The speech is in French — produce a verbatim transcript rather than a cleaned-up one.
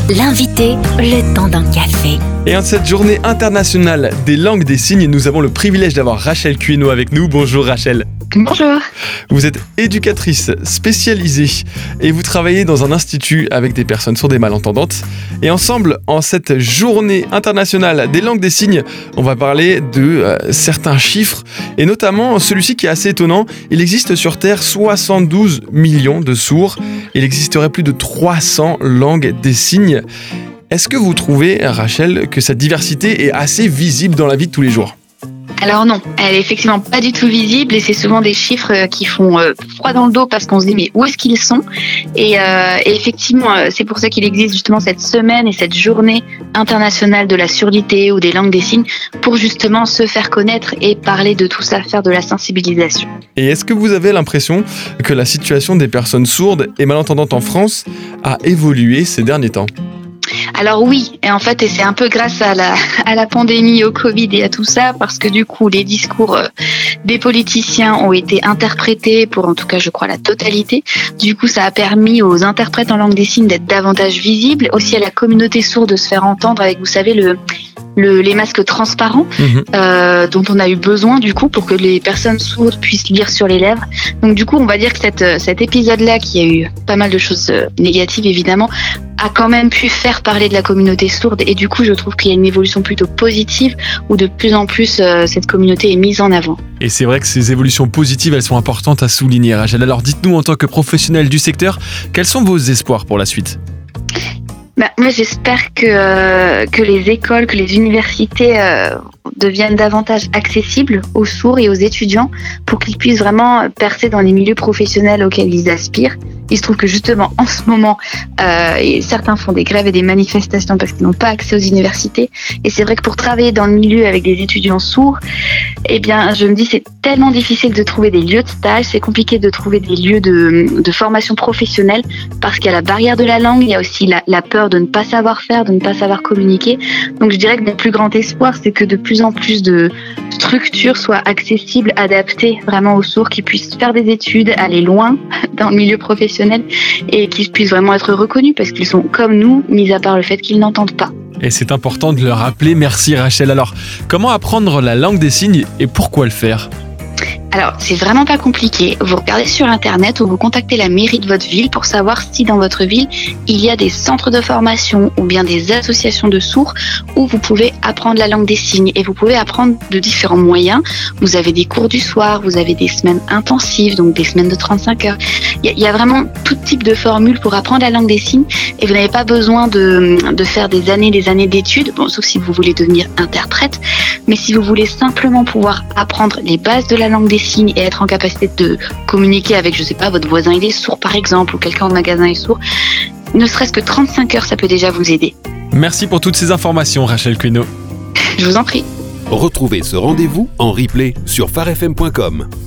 L'invité, le temps d'un café. Et en cette journée internationale des langues des signes, nous avons le privilège d'avoir Rachel Cueno avec nous. Bonjour Rachel. Bonjour. Vous êtes éducatrice spécialisée et vous travaillez dans un institut avec des personnes sourdes et malentendantes. Et ensemble, en cette journée internationale des langues des signes, on va parler de euh, certains chiffres et notamment celui-ci qui est assez étonnant. Il existe sur Terre soixante-douze millions de sourds. Il existerait plus de trois cents langues des signes. Est-ce que vous trouvez, Rachel, que cette diversité est assez visible dans la vie de tous les jours ? Alors non, elle est effectivement pas du tout visible et c'est souvent des chiffres qui font euh, froid dans le dos parce qu'on se dit mais où est-ce qu'ils sont ? Et, euh, et effectivement, euh, c'est pour ça qu'il existe justement cette semaine et cette journée internationale de la surdité ou des langues des signes pour justement se faire connaître et parler de tout ça, faire de la sensibilisation. Et est-ce que vous avez l'impression que la situation des personnes sourdes et malentendantes en France a évolué ces derniers temps ? Alors oui, et en fait, et c'est un peu grâce à la, à la pandémie, au Covid et à tout ça, parce que du coup, les discours euh, des politiciens ont été interprétés pour, en tout cas, je crois, la totalité. Du coup, ça a permis aux interprètes en langue des signes d'être davantage visibles, aussi à la communauté sourde de se faire entendre avec, vous savez, le... Le, les masques transparents mmh. euh, dont on a eu besoin du coup pour que les personnes sourdes puissent lire sur les lèvres. Donc du coup, on va dire que cette, cet épisode-là, qui a eu pas mal de choses négatives évidemment, a quand même pu faire parler de la communauté sourde et du coup, je trouve qu'il y a une évolution plutôt positive où de plus en plus euh, cette communauté est mise en avant. Et c'est vrai que ces évolutions positives, elles sont importantes à souligner, Rachel. Alors dites-nous en tant que professionnel du secteur, quels sont vos espoirs pour la suite ? Bah, moi, j'espère que euh, que les écoles, que les universités euh, deviennent davantage accessibles aux sourds et aux étudiants pour qu'ils puissent vraiment percer dans les milieux professionnels auxquels ils aspirent. Il se trouve que justement, en ce moment, euh, et certains font des grèves et des manifestations parce qu'ils n'ont pas accès aux universités. Et c'est vrai que pour travailler dans le milieu avec des étudiants sourds, eh bien, je me dis c'est tellement difficile de trouver des lieux de stage, c'est compliqué de trouver des lieux de, de formation professionnelle parce qu'il y a la barrière de la langue, il y a aussi la, la peur de ne pas savoir faire, de ne pas savoir communiquer. Donc je dirais que mon plus grand espoir, c'est que de plus en plus de structures soient accessibles, adaptées vraiment aux sourds, qui puissent faire des études, aller loin dans le milieu professionnel et qu'ils puissent vraiment être reconnus parce qu'ils sont comme nous, mis à part le fait qu'ils n'entendent pas. Et c'est important de le rappeler. Merci Rachel. Alors, comment apprendre la langue des signes et pourquoi le faire ? Alors, c'est vraiment pas compliqué. Vous regardez sur Internet ou vous contactez la mairie de votre ville pour savoir si dans votre ville, il y a des centres de formation ou bien des associations de sourds où vous pouvez apprendre la langue des signes. Et vous pouvez apprendre de différents moyens. Vous avez des cours du soir, vous avez des semaines intensives, donc des semaines de trente-cinq heures. Il y a, il y a vraiment tout type de formules pour apprendre la langue des signes et vous n'avez pas besoin de, de faire des années des années d'études, bon, sauf si vous voulez devenir interprète. Mais si vous voulez simplement pouvoir apprendre les bases de la langue des signes et être en capacité de communiquer avec, je sais pas, votre voisin il est sourd par exemple, ou quelqu'un au magasin est sourd, ne serait-ce que trente-cinq heures, ça peut déjà vous aider. Merci pour toutes ces informations, Rachel Cueno. Je vous en prie. Retrouvez ce rendez-vous en replay sur phare f m point com.